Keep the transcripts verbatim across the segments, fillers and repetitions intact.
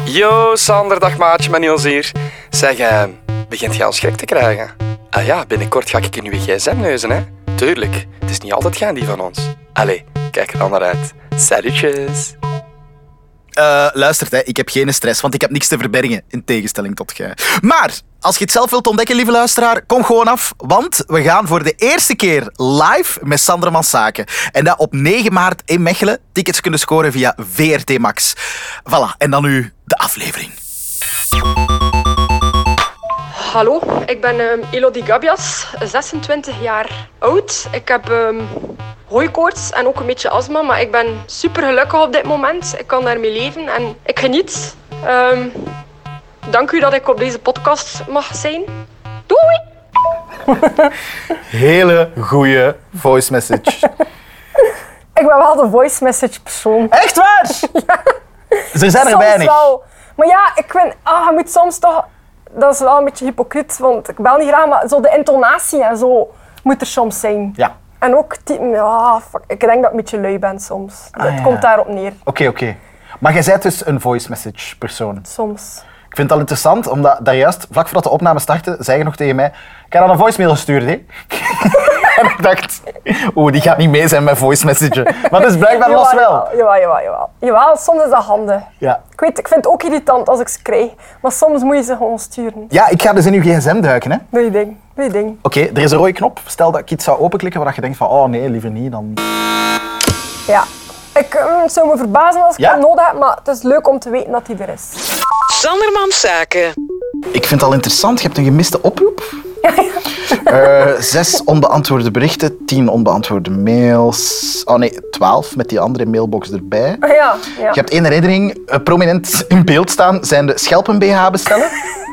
Yo, Sander, dag maatje, met Niels hier. Zeg, uh, begint jij al schrik te krijgen? Ah ja, binnenkort ga ik een nieuwe gsm neuzen, hè? Tuurlijk, het is niet altijd gaan die van ons. Allee, kijk er dan naar uit. Salutjes. Uh, luistert, hè. Ik heb geen stress, want ik heb niks te verbergen, in tegenstelling tot jij. Maar, als je het zelf wilt ontdekken, lieve luisteraar, kom gewoon af, want we gaan voor de eerste keer live met Sander Manszaken. En dat op negen maart in Mechelen. Tickets kunnen scoren via V R T Max. Voilà, en dan nu de aflevering. Hallo, ik ben um, Elodie Gabias, zesentwintig jaar oud. Ik heb um, hooikoorts en ook een beetje astma, maar ik ben super gelukkig op dit moment. Ik kan daarmee leven en ik geniet. Um, dank u dat ik op deze podcast mag zijn. Doei! Hele goeie voice message. Ik ben wel de voice message persoon. Echt waar? Ja. Er zijn er soms weinig. Wel. Maar ja, ik vind, ah, je moet soms toch... Dat is wel een beetje hypocriet, want ik bel niet graag, maar zo de intonatie en zo moet er soms zijn. Ja. En ook, die, ja, fuck, ik denk dat ik een beetje lui ben soms. Ah, het ja. komt daarop neer. Oké, okay, oké. Okay. Maar jij bent dus een voice message persoon. Soms. Ik vind het al interessant, omdat daar juist, vlak voordat de opname startte, zei je nog tegen mij, ik heb dan een voicemail gestuurd, hè? En ik dacht, oeh, die gaat niet mee zijn met voice messagen. Maar dus blijkbaar los wel. Jawel, jawel, jawel, jawel. Jawel, soms is dat handig. Ja. Ik weet, ik vind het ook irritant als ik ze krijg, maar soms moet je ze gewoon sturen. Ja, ik ga dus in uw gsm duiken, hè? Doe je ding, doe je ding. Oké, okay, er is een rode knop. Stel dat ik iets zou openklikken waar je denkt van, oh nee, liever niet, dan... Ja. Ik uh, zou me verbazen als ik ja? het nodig heb, maar het is leuk om te weten dat hij er is. Sander Manszaken. Ik vind het al interessant, je hebt een gemiste oproep. uh, zes onbeantwoorde berichten, tien onbeantwoorde mails. Oh nee, twaalf met die andere mailbox erbij. Ja, ja. Je hebt één herinnering, uh, prominent in beeld staan, zijn de schelpen-B H bestellen.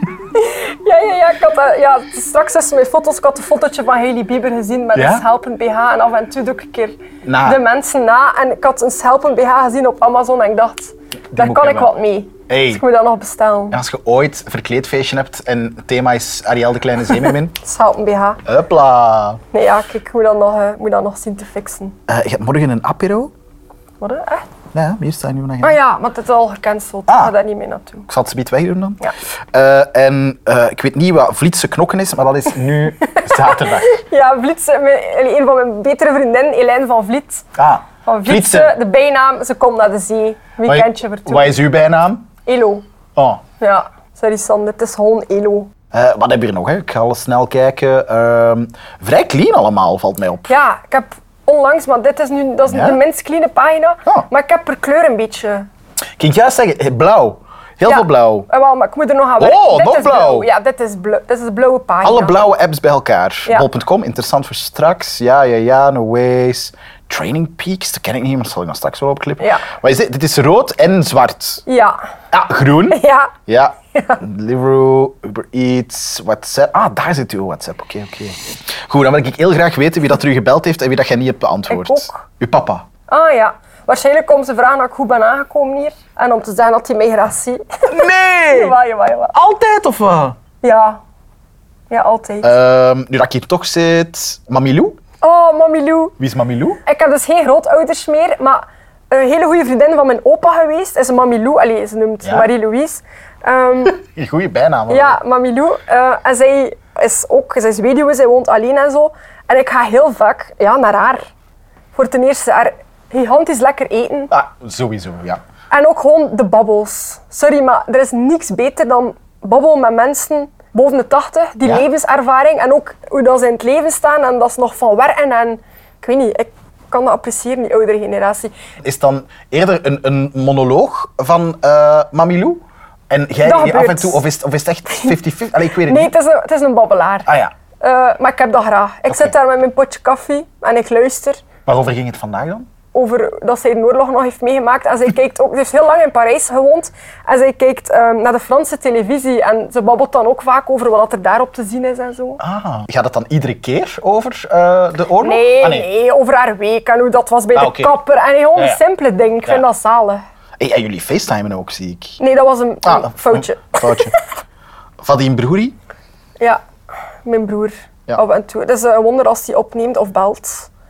Ja, ja, ja, ik had, uh, ja, straks is mijn foto's. Ik had een fotootje van Hailey Bieber gezien met ja? een schelpen-B H. En af en toe doe ik een keer na. de mensen na. En ik had een schelpen-B H gezien op Amazon en ik dacht, die daar kan ik hebben. wat mee. Hey. Dus ik moet dat nog bestellen. En als je ooit een verkleedfeestje hebt en het thema is Ariel de Kleine Zeemeermin. Schelpen-B H. Hopla. Nee, ja, kijk, ik moet dat nog, uh, moet dat nog zien te fixen. Uh, je hebt morgen een apero. Wat, hè? Echt? Ja, hier staat nu nog. Ah ja, maar het is al gecanceld. Ah. Ik ga daar niet mee naartoe. Ik zal het zometeen wegdoen dan. Ja. Uh, en uh, ik weet niet wat Vlietse knokken is, maar dat is nu zaterdag. Ja, Vlietse, mijn, een van mijn betere vriendinnen, Elijn van Vliet. Ah, Van Vlietse, Vlietse, de bijnaam, ze komt naar de zee. Weekendje voor toe. Wat is uw bijnaam? Elo. Oh. Ja, sorry Sander, het is gewoon Elo. Uh, wat heb je hier nog? Hè? Ik ga alles snel kijken. Uh, vrij clean allemaal, valt mij op. Ja, ik heb onlangs, maar dit is nu dat is ja? de minst clean pagina, oh. maar ik heb per kleur een beetje... Ik ging juist zeggen, blauw. Heel ja. veel blauw. Wel, maar ik moet er nog aan werken. Oh, dit nog is blauw. blauw. Ja, dit is, blauw. dit is de blauwe pagina. Alle blauwe apps bij elkaar. Ja. bol punt com, interessant voor straks. Ja, ja, ja, no ways. Training Peaks, dat ken ik niet, maar dat zal ik dan straks wel opklippen. Ja. Wat is dit? Dit is rood en zwart. Ja. Ah, groen. Ja. Ja. ja. Deliveroo, Uber Eats, WhatsApp. Ah, daar zit uw WhatsApp. Oké, okay, oké. Okay. Goed, dan wil ik heel graag weten wie dat er u gebeld heeft en wie dat jij niet hebt beantwoord. Ik ook. Uw papa. Ah ja. Waarschijnlijk komt ze vragen of ik goed ben aangekomen hier. En om te zeggen dat hij mij graag ziet. Nee! jawel, jawel, jawel. Altijd of wat? Ja. Ja, altijd. Um, nu dat ik hier toch zit... Mamilou? Oh, Mamilou. Wie is Mamilou? Ik heb dus geen grootouders meer, maar een hele goede vriendin van mijn opa geweest is Mamilou. Allee, ze noemt ja? Marie-Louise. Um, een goede bijnaam. Ja, Mamilou. Uh, en zij is ook, zij is weduwe, zij woont alleen en zo. En ik ga heel vaak ja, naar haar. Voor ten eerste haar gigantisch lekker eten. Ah, sowieso, ja. En ook gewoon de babbels. Sorry, maar er is niks beter dan babbelen met mensen boven de tachtig. Die ja? levenservaring en ook hoe dat ze in het leven staan en dat ze nog van werken. En ik weet niet, ik kan dat appreciëren, die oudere generatie. Is het dan eerder een, een monoloog van uh, Mamilou? En jij af en toe, of is, of is het echt vijftig vijftig? Allee, ik weet het nee, niet. Nee, het, het is een babbelaar. Ah ja. Uh, maar ik heb dat graag. Ik okay. zit daar met mijn potje koffie en ik luister. Waarover ging het vandaag dan? Over dat zij de oorlog nog heeft meegemaakt. En zij kijkt ook, ze heeft heel lang in Parijs gewoond. En zij kijkt um, naar de Franse televisie. En ze babbelt dan ook vaak over wat er daarop te zien is en zo. Ah. Gaat het dan iedere keer over uh, de oorlog? Nee, ah, nee, nee, over haar week en hoe dat was bij ah, de okay. kapper. En gewoon ja, ja. simpele dingen. Ik ja. vind dat zalig. Hey, en jullie facetimen ook, zie ik. Nee, dat was een, ah, een foutje. Een foutje. Vadim Broeri? Ja, mijn broer. Ja. Af en toe. Het is een wonder als hij opneemt of belt.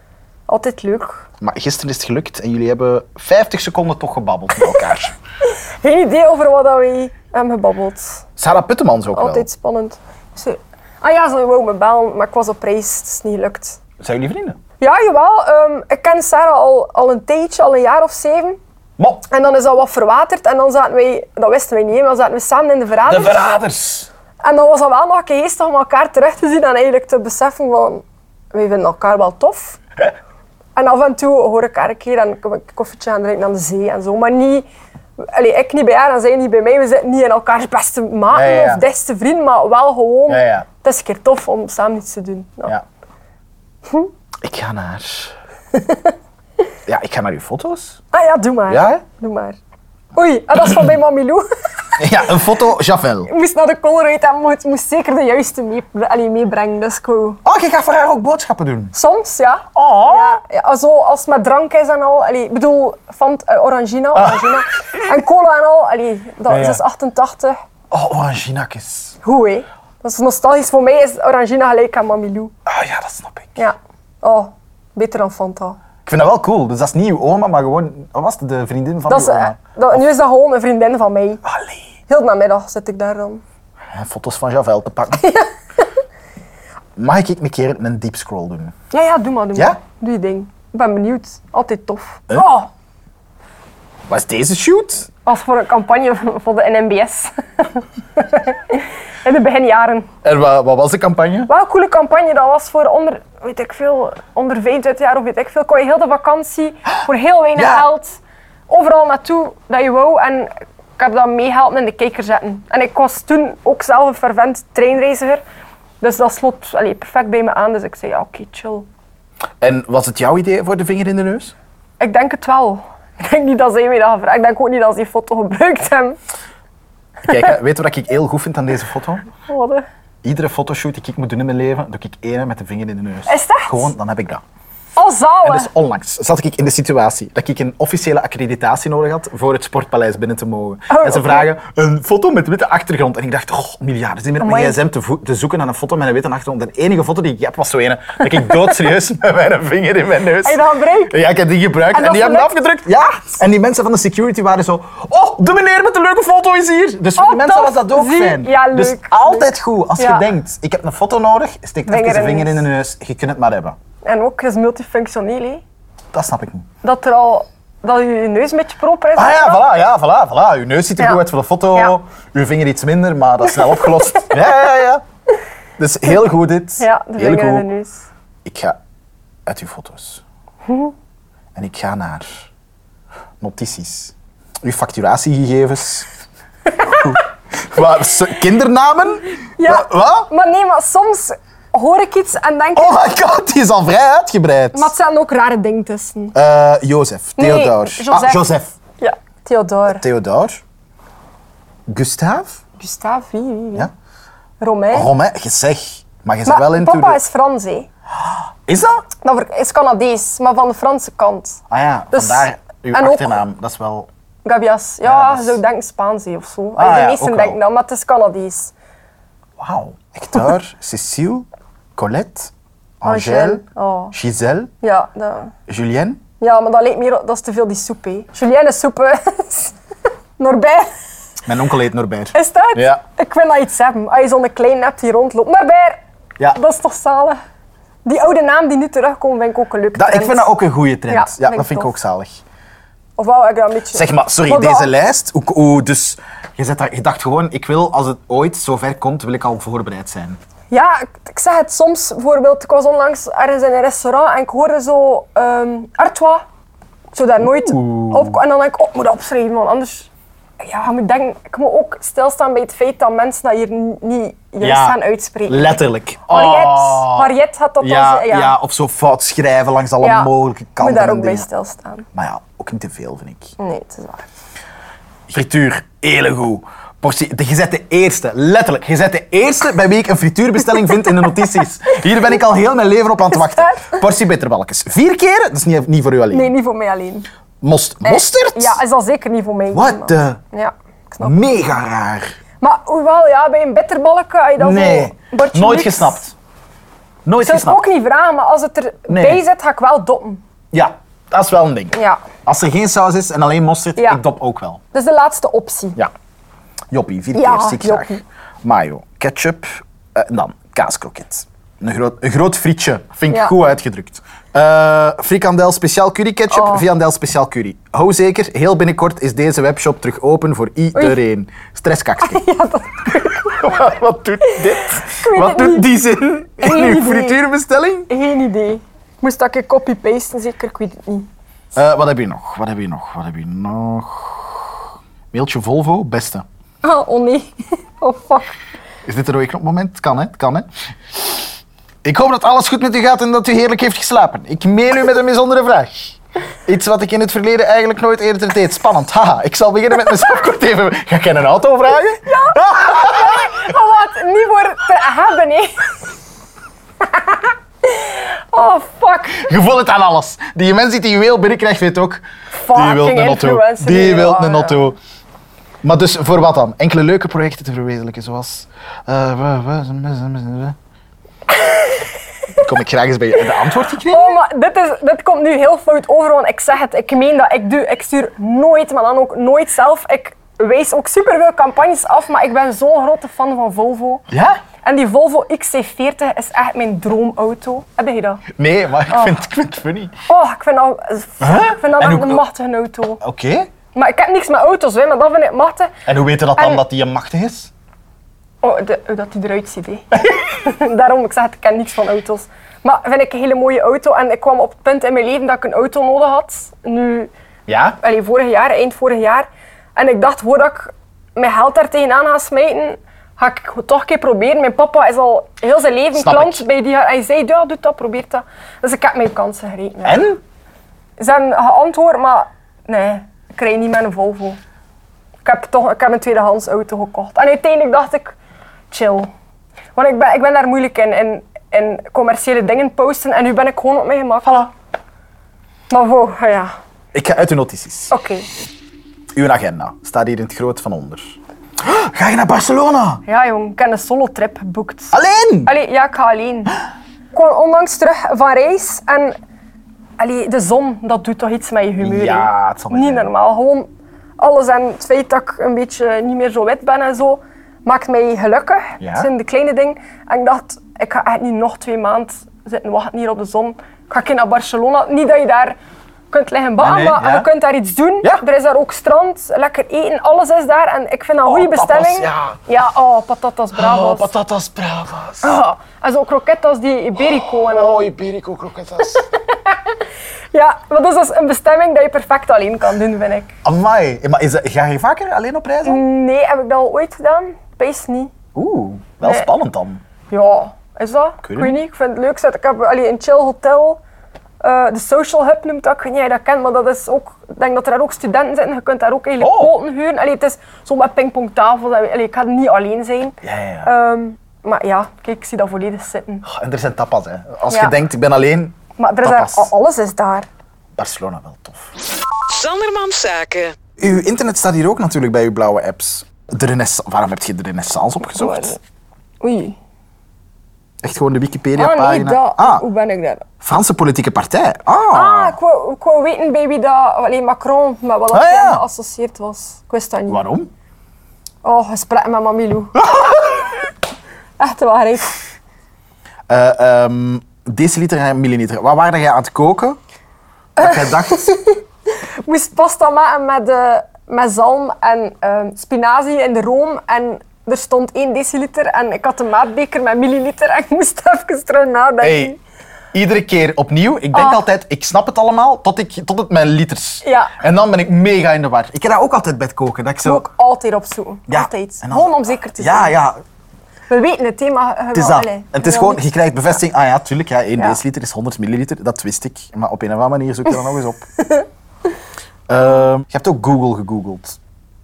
Altijd leuk. Maar gisteren is het gelukt en jullie hebben vijftig seconden toch gebabbeld met elkaar. Geen idee over wat dat wij hebben gebabbeld. Sarah Puttemans ook Altijd wel. spannend. Ze... Ah ja, ze wou me bellen, maar ik was op reis. Het is niet gelukt. Zijn jullie vrienden? Ja, jawel. Um, ik ken Sarah al, al een tijdje, al een jaar of zeven. Mo, En dan is dat wat verwaterd en dan zaten wij, dat wisten wij niet, hè, maar dan zaten we samen in de de verraders. verraders. En dan was dat wel nog een keer geestig om elkaar terug te zien en eigenlijk te beseffen van, wij vinden elkaar wel tof. En af en toe hoor ik haar een keer en kom ik een koffietje aan drinken aan de zee en zo, maar niet, allee, ik niet bij haar en zij niet bij mij. We zitten niet in elkaars beste maten Ja, ja, ja. of dichtste vriend, maar wel gewoon, Ja, ja. het is een keer tof om samen iets te doen. Ja. Ja. Ik ga naar... Ja, ik ga naar uw foto's. Ah ja, doe maar. Ja, hè? Doe maar. Oei, ah, dat is van bij Mami Lou. Ja, een foto Javel. Ik moest naar de Colruyt en moest, moest zeker de juiste mee, allee, meebrengen, dus ik wou- Oh, je gaat voor haar ook boodschappen doen? Soms, ja. Oh. Ja, ja, zo als het met drank is en al. Allee, ik bedoel, Fant, uh, Orangina, Orangina. En cola en al. Allee, dat Ja, ja. is achtentachtig. Oh, oranginakjes. Goed, hè. Dat is nostalgisch. Voor mij is Orangina gelijk aan Mami Lou. Ah ja, dat snap ik. Ja. Oh, beter dan Fanta. Ik vind dat wel cool. Dus dat is niet uw oma, maar gewoon... Wat was het? De vriendin van Dat is, uw eh, oma? dat, nu is dat gewoon een vriendin van mij. Allee. Heel de namiddag zit ik daar dan. Ja, foto's van Javel te pakken. Mag ik een keer een deep scroll doen? Ja, ja, doe maar, doe Ja? maar. Doe je ding. Ik ben benieuwd. Altijd tof. Huh? Oh, Wat is deze shoot? als voor een campagne voor de N M B S. In de beginjaren. En wat, wat was de campagne? Wel een coole campagne. Dat was voor onder, weet ik veel, onder vijfentwintig jaar of weet ik veel. Kon je heel de vakantie voor heel weinig Ja. geld overal naartoe dat je wou. En ik heb dat meegehelpen in de kijker zetten. En ik was toen ook zelf een fervent treinreiziger. Dus dat sloot allee, perfect bij me aan. Dus ik zei, ja oké, chill. En was het jouw idee voor de vinger in de neus? Ik denk het wel. Ik denk niet dat zij mij dat gevraagd. Ik denk ook niet dat ze die foto gebruikt hebben. Kijk, hè, weet je wat ik heel goed vind aan deze foto? Wat, hè? Iedere fotoshoot die ik moet doen in mijn leven, doe ik één met de vinger in de neus. Is dat echt? Gewoon, dan heb ik dat. Oh, zalig. En dus onlangs zat ik in de situatie dat ik een officiële accreditatie nodig had voor het Sportpaleis binnen te mogen. Oh, en ze oké. vragen een foto met witte achtergrond. En ik dacht, oh, miljarden. Ze zijn met mijn Amai. gsm te, vo- te zoeken naar een foto met een witte achtergrond. En de enige foto die ik heb was zo ene dat ik doodserieus met mijn vinger in mijn neus. Heb je dat gebruikt? Ja, ik heb die gebruikt En en, dat die hebben me gelukt? afgedrukt. Ja. En die mensen van de security waren zo, oh, de meneer met de leuke foto is hier. Dus voor Oh, die mensen tof. was dat ook Zie. fijn. Ja, Dus leuk, altijd goed. Als Ja. je denkt, ik heb een foto nodig, steek even Vinger de in de vinger in de neus. neus. Je kunt het maar hebben. En ook, het is multifunctioneel, hè. Dat snap ik niet. Dat er al, dat je, je neus een beetje proper is. Ah ja, voilà, ja, voilà, voilà. Uw neus ziet er Ja. goed uit voor de foto, Ja. uw vinger iets minder, maar dat is snel opgelost. Ja, ja, ja. Dus heel goed dit. Ja, de heel vinger in de goed. neus. Ik ga uit uw foto's. En ik ga naar notities. Uw facturatiegegevens. Wat, s- kindernamen? Ja. Wa- Wat? Maar nee, maar soms hoor ik iets en denk ik... Oh my god, die is al vrij uitgebreid. Maar het zijn ook rare dingen tussen. Eh, Jozef, Nee, Theodor. Joseph. Ah, Joseph. Ja. Theodore. Theodor. Gustave. Gustave, wie, wie, wie? Ja. Romain. Romain, je zeg. Maar je bent Maar wel in papa de... is Frans, hè. Is dat? Dat is Canadees, maar van de Franse kant. Ah ja, Dus- vandaar uw en ook- achternaam. Dat is wel... Gabias. Ja, Ja, dat is- je zou denken Spaans hè, of zo. Ah, de ja, meesten ook denken wel. dat, maar het is Canadees. Wauw. Hector, Cécile, Colette, Angèle, Oh. Gisèle, Ja, dat... Julienne. ja, maar dat lijkt meer... Dat is te veel die soep, hè. Julien is soep, hè. Norbert. Mijn onkel heet Norbert. Is dat? Ja. Ik vind dat iets hebben. Als je zo'n klein hebt die rondloopt. Norbert! Ja. Dat is toch zalig? Die oude naam die nu terugkomt, vind ik ook een leuke Dat, ik trend. vind dat ook een goede trend. Ja, Ja, vind ik dat vind ik tof. ook zalig. Of wou ik dat een beetje... Zeg maar, sorry, Maar dat- deze lijst, hoe, hoe, dus, je, zet daar, je dacht gewoon, ik wil, als het ooit zover komt, wil ik al voorbereid zijn. Ja, ik, ik zeg het soms. Bijvoorbeeld, ik was onlangs ergens in een restaurant en ik hoorde zo um, Artois. Ik zou daar nooit Oeh. op... En dan denk ik, oh, ik moet dat opschrijven, want anders... Ja, je moet denken, ik moet ook stilstaan bij het feit dat mensen dat hier n- niet juist gaan uitspreken. letterlijk. Harriet, Oh. Harriet had dat Ja, al... ja. of zo fout schrijven langs alle Ja. mogelijke Ik kanten. moet daar en ook bij dingen. stilstaan. Maar ja, ook niet te veel, vind ik. Nee, het is waar. Frituur, heel goed. Portie, je zet de eerste, letterlijk, je zet de eerste bij wie ik een frituurbestelling vind in de notities. Hier ben ik al heel mijn leven op aan het wachten. Portie bitterbalkjes. Vier keer? Dat is niet, niet voor u alleen. Nee, niet voor mij alleen. Most, Eh, mosterd? Ja, is dat zeker niet voor mij. What the? Ja, ik snap. Mega raar. Maar hoewel, ja, bij een bitterbalken, als je dan Nee, zo een bordje nooit luxe- gesnapt. Nooit Ik zou het gesnapt. ook niet vragen, maar als het erbij Nee. zit, ga ik wel doppen. Ja, dat is wel een ding. Ja. Als er geen saus is en alleen mosterd, Ja. ik dop ook wel. Dat is de laatste optie. Ja. Joppie, vier Ja, keer, zie ik graag. joppie. Mayo, ketchup eh, en dan kaaskroket. Een groot, een groot frietje, vind ik Ja. goed uitgedrukt. Eh frikandel speciaal curry ketchup, Oh. viandel speciaal curry. Hou zeker, heel binnenkort is deze webshop terug open voor iedereen. Stresskakje. Ja, dat... wat, wat doet dit? weet Wat het doet niet. die zin in Geen uw idee. frituurbestelling? Geen idee. Moest dat ik copy-pasten, zeker? Ik weet het niet. Eh, wat heb je nog? Wat heb je nog? Wat heb je nog? Mailtje Volvo, beste. Ah, oh nee. Oh fuck. Is dit een rode knopmoment? Het kan, hè? Het kan, hè? Ik hoop dat alles goed met u gaat en dat u heerlijk heeft geslapen. Ik mail u met een bijzondere vraag. Iets wat ik in het verleden eigenlijk nooit eerder deed. Spannend. Haha, ik zal beginnen met mezelf kort even... Ga ik een auto vragen? Ja. Oh, wat? Niet voor te hebben, hè. Oh, fuck. Je voelt het aan alles. Die mens die die mail binnenkrijgt, weet ook... Die wil Fucking een auto. influencer, Die ja, wil een ja. auto. Maar dus, voor wat dan? Enkele leuke projecten te verwezenlijken, zoals... eh, wa- wa- Kom ik graag eens bij je. De antwoord gekregen? Oh, maar dit, is, dit komt nu heel fout over, want ik zeg het, ik meen dat ik doe. Ik stuur nooit, maar dan ook nooit zelf. Ik wijs ook superveel campagnes af, maar ik ben zo'n grote fan van Volvo. Ja? En die Volvo X C veertig is echt mijn droomauto. Heb je dat? Nee, maar ik vind, ik vind het funny. Oh, ik vind dat, ik vind dat En echt hoe- een machtige auto. Oké. Maar ik heb niks met auto's, hè, maar dat vind ik machtig. En hoe weet je dat dan En- dat die een machtig is? Oh, de, hoe dat die eruit ziet, hè. Daarom, ik zeg het, ik ken niks van auto's. Maar vind ik een hele mooie auto. En ik kwam op het punt in mijn leven dat ik een auto nodig had. Nu, Ja? allee, vorig jaar, eind vorig jaar. En ik dacht, voordat ik mijn geld daar tegenaan ga smijten, ga ik het toch een keer proberen. Mijn papa is al heel zijn leven Snap klant ik. bij die... Hij zei, ja, doe dat, probeer dat. Dus ik heb mijn kansen gerekend. En? Ze hebben geantwoord, maar nee, ik krijg niet met een Volvo. Ik heb, toch, ik heb een tweedehands auto gekocht. En uiteindelijk dacht ik, chill. Want ik ben, ik ben daar moeilijk in, in, in commerciële dingen posten. En nu ben ik gewoon op mijn gemak. Voilà. Maar wow, ja, Ik ga uit de notities. oké. Uw agenda staat hier in het groot van onder. Ga je naar Barcelona? Ja jong, ik heb een solo-trip geboekt. Alleen? Allee, ja, ik ga alleen. Ik kwam onlangs terug van reis en allee, de zon, dat doet toch iets met je humeur. Ja, hè. het zal maar Niet zijn. normaal. Gewoon alles en het feit dat ik een beetje niet meer zo wit ben en zo, maakt mij gelukkig. Ja? Dat zijn de kleine dingen. En ik dacht, ik ga echt niet nog twee maanden zitten wachten hier op de zon. Ik ga een keer naar Barcelona. Niet dat je daar kunt liggen bakken, Nee, nee, maar ja. je kunt daar iets doen. Ja. Er is daar ook strand, lekker eten, alles is daar. En ik vind dat een Oh, goede tapas, bestelling. ja. Ja, oh, patatas bravas. Oh, patatas bravas. Ah, en zo kroketas die Iberico en al. Oh, Iberico croquetas. Ja, maar dus dat is een bestemming dat je perfect alleen kan doen, vind ik. Amai. Maar is dat, ga je vaker alleen op reis dan? Nee, heb ik dat al ooit gedaan? Best niet. Oeh, wel Nee. spannend dan. Ja, is dat? weet Ik weet niet. niet. Ik vind het leuk. Ik heb allee, een chill hotel. eh, de Social Hub noemt dat. Ik weet niet of je dat kent, maar dat is ook... Ik denk dat er daar ook studenten zitten. Je kunt daar ook eigenlijk Oh. poten huren. Allee, het is zo met pingpongtafels. Allee, ik ga niet alleen zijn. Ja, ja, ja. Ehm, maar ja, kijk, ik zie dat volledig zitten. En er zijn tapas, hè. Als Ja. je denkt, ik ben alleen, Maar er is daar, Tapas. alles is daar. Barcelona wel tof. Sandermans Zaken. Uw internet staat hier ook natuurlijk bij uw blauwe apps. De Renaissance. Waarom heb je de Renaissance opgezocht? Oei. Echt gewoon de Ah nee, Wikipedia-pagina? dat. Ah, Hoe ben ik daar? Franse politieke partij. Ah. Ah, ik wou, ik wou weten bij wie dat... Allee, Macron, met wat dat Ah, hij ja. geassocieerd was. Ik wist dat niet. Waarom? Oh, gesprek met Mamilou. Echt waar, hè. Eh, ehm, deciliter en milliliter. Wat waren jij aan het koken? Dat jij dacht... Ik moest pasta maken met, eh, met zalm en eh, spinazie in de room. En er stond één deciliter en ik had een maatbeker met milliliter. En ik moest even terug nadenken. Hey, iedere keer opnieuw. Ik denk Ah. altijd, ik snap het allemaal, tot, ik, tot het mijn liters. Ja. En dan ben ik mega in de war. Ik heb dat ook altijd bij het koken. Dat ik Ik zo... moet ook altijd opzoeken. Ja, Altijd. en dan- Gewoon om zeker te zijn. Ja, ja. We weten het, hè, maar... Het is dat. En het is gewoon, je krijgt bevestiging. Ah ja, tuurlijk, ja, één Ja. deciliter is honderd milliliter. Dat wist ik. Maar op een of andere manier zoek je dat nog eens op. Ehm, je hebt ook Google gegoogeld.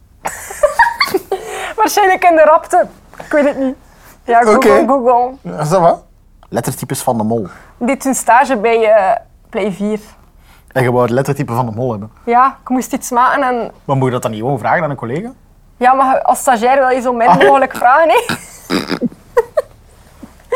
Waarschijnlijk in de rapte. Ik weet het niet. Ja, Google, Oké. Google. Is dat wat? Lettertypes van de mol. Ik deed toen stage bij eh Play vier. En je wou het lettertype van de mol hebben. Ja, ik moest iets maken en... Maar moet je dat dan niet gewoon vragen aan een collega? Ja, maar als stagiair wil je zo min mogelijk vragen, hè.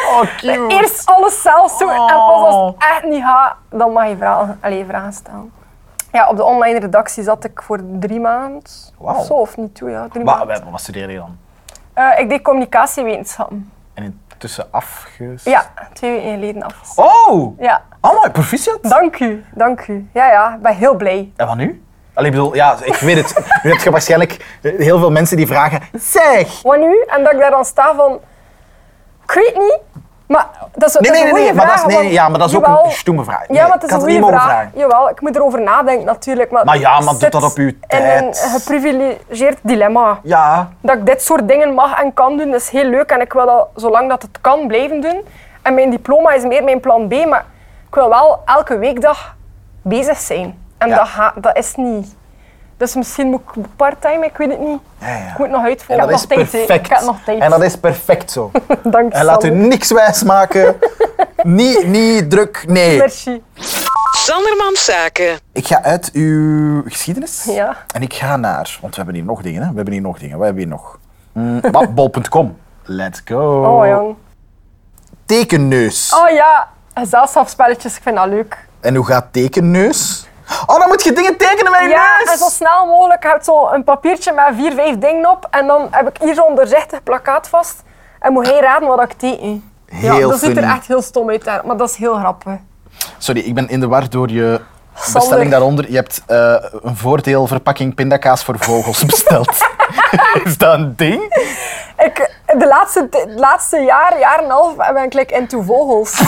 Oh, cute. Eerst alles zelf doen en pas als het echt niet gaat, dan mag je vragen, allee, vragen stellen. Ja, op de online redactie zat ik voor drie maanden Wauw. of zo, of niet toe, ja. Drie Wat, maanden. wat, wat studeerde je dan? Uh, ik deed communicatiewetenschappen. En intussen afges... Ja, twee weken geleden af. Oh! Ja, Allemaal proficiat. dank u, dank u. Ja, ja, ik ben heel blij. En wat nu? Allee, ik bedoel, ja, ik weet het. Nu heb je waarschijnlijk heel veel mensen die vragen... Zeg! Wat nu? En dat ik daar dan sta van... Ik weet niet, maar dat is, dat Nee, is nee, een nee, goede nee, maar dat vraag. is, nee, want- ja, maar dat is ook jawel, een stoeme vraag. Nee, Ja, maar het ik is had een het niet goede mogen vraag. vragen. Jawel, ik moet erover nadenken natuurlijk. Maar, Maar ja, maar ik doe dat zit op uw in tijd. een geprivilegeerd dilemma. Ja. Dat ik dit soort dingen mag en kan doen, is heel leuk. En ik wil dat, zolang dat het kan, blijven doen. En mijn diploma is meer mijn plan B, maar ik wil wel elke weekdag bezig zijn. En Ja. dat, ga, dat is niet... Dus misschien moet ik part-time, ik weet het niet. Ja, ja. Ik moet nog En uitvoeren. dat Ik heb is nog tijd, hè. perfect. Ik heb nog tijd. En dat is perfect zo. Dank je, En laat u Sander. niks wijsmaken. niet, niet druk, nee. Merci. Sandermans Zaken. Ik ga uit uw geschiedenis. Ja. En ik ga naar... Want we hebben hier nog dingen, hè. We hebben hier nog dingen. Wat hebben we hier nog? Mm, bol punt com. Let's go. Oh, jong. Tekenneus. Oh ja, gezelschapsspelletjes, ik vind dat leuk. En hoe gaat tekenneus? Oh, dan moet je dingen tekenen met je Ja, neus. en zo snel mogelijk. Je hebt zo een papiertje met vier, vijf dingen op. En dan heb ik hier zo'n doorzichtig plakkaat vast. En moet hij raden wat ik teken. Ja, Heel dat ziet er funny. echt heel stom uit daar, maar dat is heel grappig. Sorry, ik ben in de war door je Sander. bestelling daaronder. Je hebt eh, een voordeelverpakking pindakaas voor vogels besteld. Is dat een ding? Ik, de laatste, de laatste jaar, jaar en een half, ben ik like into vogels.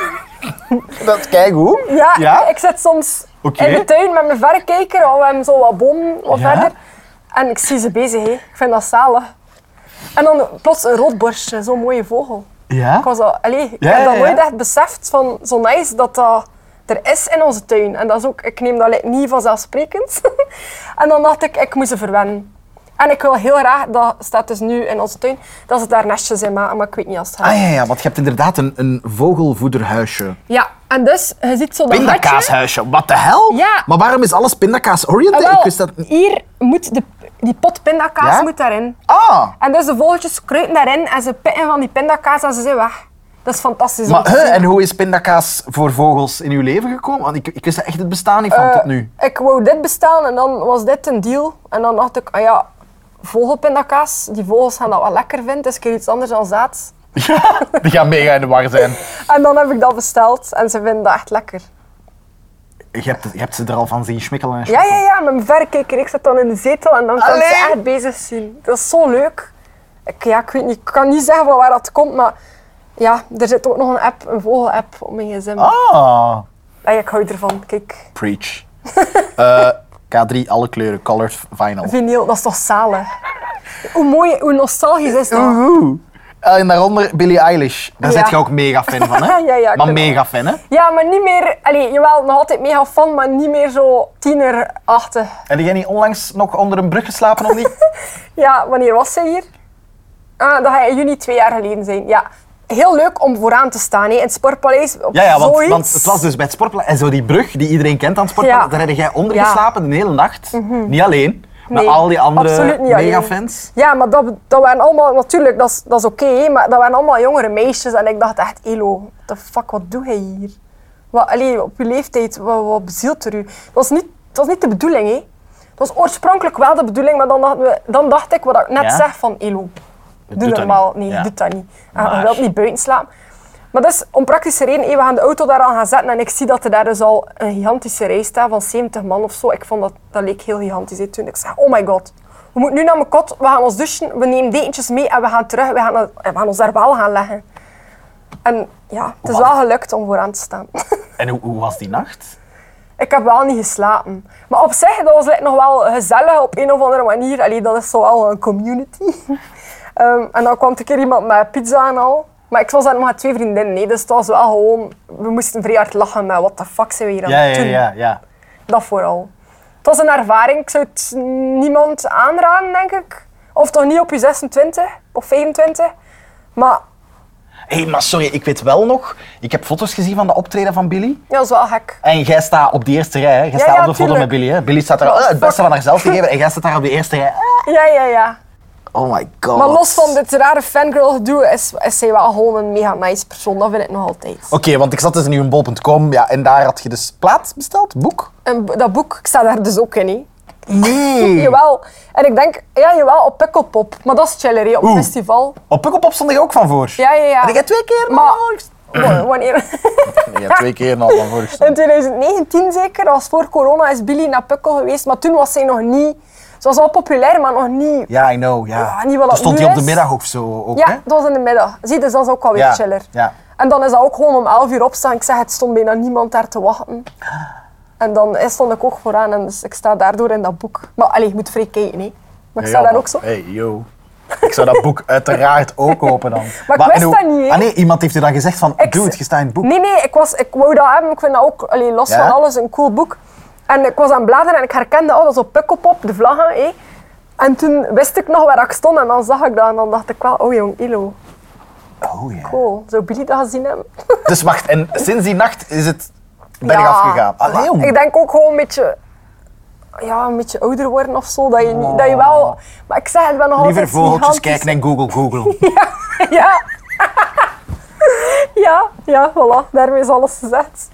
Dat is keigoed. Ja, Ja? Ik, ik zit soms Oké. in de tuin met mijn verrekijker, of we hebben zo wat bomen wat Ja? verder. En ik zie ze bezig, hè. Ik vind dat zalig. En dan plots een roodborstje, zo'n mooie vogel. Ja? Ik was al, allee, ik Ja, heb dat ja, nooit ja. echt beseft van zo nice dat dat er is in onze tuin. En dat is ook, ik neem dat like, niet vanzelfsprekend. En dan dacht ik, ik moet ze verwennen. En ik wil heel graag, dat staat dus nu in onze tuin, dat ze daar nestjes in maken, maar ik weet niet als het gaat. Ah ja, ja, want je hebt inderdaad een, een vogelvoederhuisje. Ja, en dus, je ziet zo dat gatje. Pindakaashuisje, wat de hel? Ja. Maar waarom is alles pindakaas-oriented? Ah, wel, Ik wist dat niet. hier moet de, die pot pindakaas Ja? moet daarin. Ah, En dus de vogeltjes kruipen daarin en ze pitten van die pindakaas en ze zijn weg. Dat is fantastisch. om maar te hè, zien. en hoe is pindakaas voor vogels in uw leven gekomen? Want ik, ik wist er echt het bestaan niet van Eh, tot nu. Ik wou dit bestaan en dan was dit een deal. En dan dacht ik, ah ja, vogelpindakaas, die vogels gaan dat wel lekker vinden. Het is een keer iets anders dan zaad. Die gaan mega in de war zijn. En dan heb ik dat besteld en ze vinden dat echt lekker. Je hebt, je hebt ze er al van zien schmikkelen en Ja, schmikkelen. ja, ja, met mijn verrekijker. Ik zit dan in de zetel en dan kan ik Allee. ze echt bezig zien. Dat is zo leuk. Ik, ja, ik weet niet, ik kan niet zeggen van waar dat komt, maar ja, er zit ook nog een app, een vogel-app op mijn gsm. Ah, Ja, ik hou ervan, kijk. preach. Eh, K drie, alle kleuren, colored vinyl. Vinyl, dat is toch zalig. Hoe mooi, hoe nostalgisch is dat? Oeh. Eh, En daaronder Billie Eilish. Daar Ja. zit je ook mega fan van, hè? Ja, ja, ik maar vind mega fan, hè? Ja, maar niet meer, allee, jawel, nog altijd mega fan, maar niet meer zo tienerachtig. Heb jij niet onlangs nog onder een brug geslapen of niet? Ja, wanneer was ze hier? Ah, dat gaat in juni twee jaar geleden zijn, ja. Heel leuk om vooraan te staan, hè, in het Sportpaleis. Op Ja, ja, want, zoiets. want het was dus bij het Sportpaleis. En zo die brug die iedereen kent aan het Sportpaleis, Ja. daar heb jij onder Ja. geslapen de hele nacht. Niet alleen, maar Nee, al die andere absoluut niet alleen. megafans. Ja, maar dat, dat waren allemaal, natuurlijk, dat is, dat is oké, hè, maar dat waren allemaal jongere meisjes. En ik dacht echt, Elo, what the fuck, wat doe jij hier? Wat, allee, op je leeftijd, wat, wat bezielt er u? Dat was, niet, dat was niet de bedoeling, hè. Dat was oorspronkelijk wel de bedoeling, maar dan dacht, we, dan dacht ik, wat ik net Ja? zeg, van Elo, Het doe doet dat normaal. niet. Nee, Ja. doe dat niet. En Maar- je wilt niet buiten slapen. Maar dus, om praktische reden, hey, we gaan de auto daar aan gaan zetten en ik zie dat er daar dus al een gigantische rij staat van zeventig man of zo. Ik vond dat, dat leek heel gigantisch hè, toen. Ik zei, oh my god, we moeten nu naar mijn kot, we gaan ons douchen, we nemen dekentjes mee en we gaan terug, we gaan, we gaan ons daar wel gaan leggen. En ja, het is Wat? wel gelukt om vooraan te staan. En hoe, hoe was die nacht? Ik heb wel niet geslapen. Maar op zich, dat was like, nog wel gezellig op een of andere manier. Allee, dat is zo wel een community. um, en dan kwam een keer iemand met pizza en al. Maar ik was daar nog met twee vriendinnen, nee, dus het was wel gewoon... We moesten vrij hard lachen met wat de fuck zijn we hier aan Ja, het ja, doen. ja, ja. Dat vooral. Het was een ervaring, ik zou het niemand aanraden, denk ik. Of toch niet op je zesentwintig of vijfentwintig. Maar Hé, hey, maar sorry, ik weet wel nog, ik heb foto's gezien van de optreden van Billy. ja, dat is wel gek. En jij staat op die eerste rij, hè? Jij Ja, staat ja, op de foto tuurlijk. met Billy, hè? Billy staat er Ja, oh, het beste fuck. van haarzelf te geven en jij staat daar op de eerste rij. Ja, ja, ja. Oh my god. Maar los van dit rare fangirl gedoe is, is zij wel gewoon een mega nice persoon. Dat vind ik nog altijd. Oké, okay, want ik zat dus in uw bol punt com ja, en daar had je dus plaat besteld, boek? En dat boek, ik sta daar dus ook in. Hè. Nee. Jawel. En ik denk, ja, jawel, op Pukkelpop. Maar dat is chiller, hè, op Oeh. festival. Op Pukkelpop stond ik ook van voor. Ja, ja, ja. Heb jij twee keer Maar- maar... Wa- Wanneer? Ja, twee keer al van voor In gestaan. twintig negentien zeker, dat was voor corona, is Billy naar Pukkel geweest. Maar toen was zij nog niet... Ze was wel populair, maar nog niet... Ja, I know, ja. Ja, niet wat Toen dat stond nu hij op de is. middag of zo ook, Ja, hè? dat was in de middag. Zie, dus dat is ook wel weer Ja, chiller. ja. En dan is dat ook gewoon om elf uur opstaan. Ik zeg, het stond bijna niemand daar te wachten. En dan eh, stond ik ook vooraan en dus ik sta daardoor in dat boek. Maar allee, je moet vrij kijken, hè. Maar ik sta daar ook zo. Hey, yo. Ik zou dat boek uiteraard ook kopen dan. Maar ik wist en hoe- dat niet, hè. Ah nee, iemand heeft u dan gezegd van, Ik doe z- het, je staat in het boek. Nee, nee, ik, was, ik wou dat hebben. Ik vind dat ook, allee, los Ja? van alles, een cool boek. En ik was aan het bladeren en ik herkende, oh, dat is op Pukkelpop, de vlaggen, hè. En toen wist ik nog waar ik stond en dan zag ik dat en dan dacht ik wel, oh jong, Ilo, Oh ja. cool. Zou Billy dat gezien hebben? Dus wacht, en sinds die nacht is het bergaf gegaan? Allee, maar jong. ik denk ook gewoon een beetje, ja, een beetje ouder worden of zo. Dat je, niet, dat je wel... Maar ik zeg, het ben nog Liever altijd vogeltjes gigantisch. kijken en Google, Google. Ja. ja, ja, voilà. Daarmee is alles gezegd.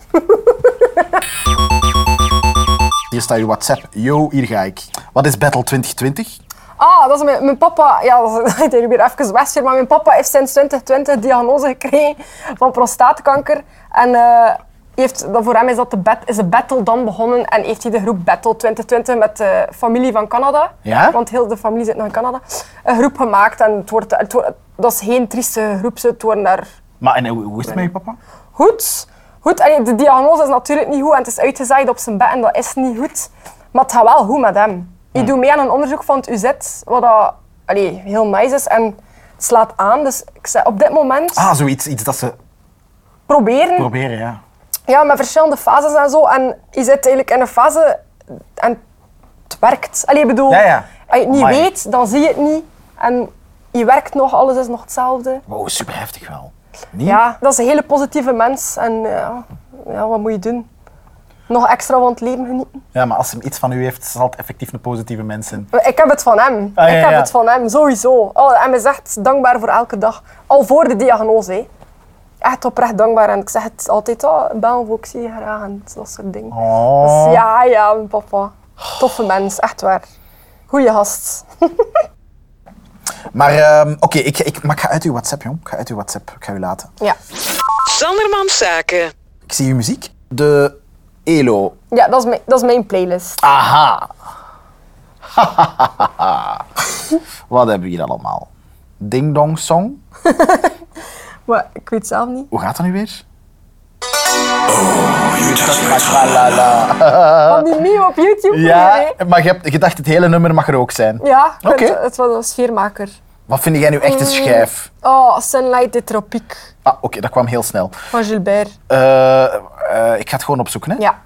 Hier staat je WhatsApp. Yo, hier ga ik. Wat is Battle twintig twintig? Ah, dat is mijn, mijn papa... Ja, dat is hier weer even westje, maar mijn papa heeft sinds twintig twintig diagnose gekregen van prostaatkanker. En eh, heeft, voor hem is, dat de, bat, is de battle dan begonnen en heeft hij de groep Battle twintig twintig met de familie van Canada, Ja? want heel de familie zit nog in Canada, een groep gemaakt. En het wordt, het wordt, dat is geen trieste groep, ze- het worden daar... Maar en hoe hoe is het met je papa? Goed. Goed. Allee, de diagnose is natuurlijk niet goed en het is uitgezaaid op zijn bed en dat is niet goed. Maar het gaat wel goed met hem. Ik doe mee aan een onderzoek van het U Z, wat dat, allee, heel nice is en het slaat aan. Dus ik zeg, op dit moment Ah, zoiets iets dat ze proberen, proberen, ja. ja, met verschillende fases en zo. En je zit eigenlijk in een fase en het werkt. Allee, ik bedoel, Ja, ja. als je het niet Amai. weet, dan zie je het niet. En je werkt nog, alles is nog hetzelfde. Wow, super heftig wel. Niet? Ja, dat is een hele positieve mens. En ja, ja, wat moet je doen? Nog extra van het leven genieten. Ja, maar als hij iets van u heeft, zal het effectief een positieve mens zijn. Ik heb het van hem. Ah, ja, ik heb ja. het van hem, sowieso. Oh, hij is echt dankbaar voor elke dag. Al voor de diagnose. Hè. Echt oprecht dankbaar. En ik zeg het altijd, oh, bel voor, ik zie je graag en dat soort dingen. Oh. Dus ja, ja, mijn papa. Toffe mens, echt waar. Goeie gast. Maar ehm, oké, ik, ik, maar ik ga uit uw WhatsApp, jong. Ik ga uit uw WhatsApp. Ik ga u laten. Ja. Sandermans Zaken. Ik zie uw muziek. De Elo. Ja, dat is mijn, dat is mijn playlist. Aha. Wat hebben we hier allemaal? Ding Dong Song. Maar ik weet zelf niet. Hoe gaat dat nu weer? Van die meme op YouTube. Ja, hè. maar je hebt gedacht het hele nummer mag er ook zijn. Ja, ik vind Oké. het, het was een sfeermaker. Wat vind jij nu echt een schijf? Oh, Sunlight de Tropique Ah, oké, dat kwam heel snel. van Gilbert. Eh, eh, ik ga het gewoon opzoeken, hè. Ja.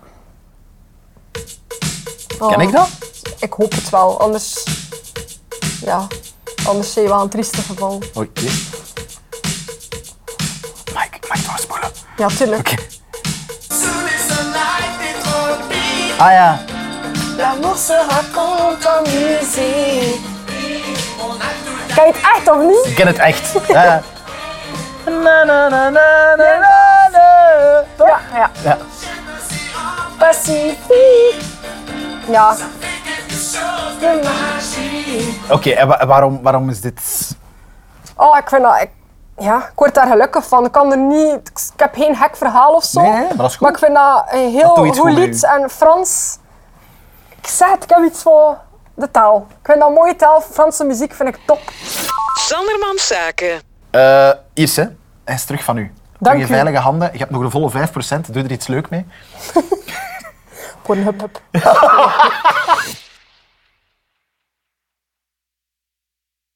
Oh, Ken ik dat? Ik hoop het wel, anders... Ja, anders ben je wel een trieste geval. Oké. Mike, Mike, doorspoelen. Ja, tuurlijk. Oké. Ah ja. L'amour se raconte en musique. Kan je het echt of niet? Ik ken het echt. Ja. Na, na, na, na, na, na, na. Toch? Ja, ja. Ja. Pacifique. Ja. Oké, en wa- waarom, waarom is dit... Oh, ik vind dat... Ik, ja, ik word daar gelukkig van. Ik kan er niet... Ik heb geen gek verhaal of zo. Nee, maar dat is goed. Maar ik vind dat een Dat heel doet iets goed goed met lied. u. En Frans... Ik zeg het, ik heb iets voor de taal. Ik vind dat een mooie taal. Franse muziek vind ik top. Sandermans Zaken. Eh Irse, hij is terug van u. Dank in je u. veilige handen. Je hebt nog de volle vijf procent. Doe er iets leuk mee. Pornhub.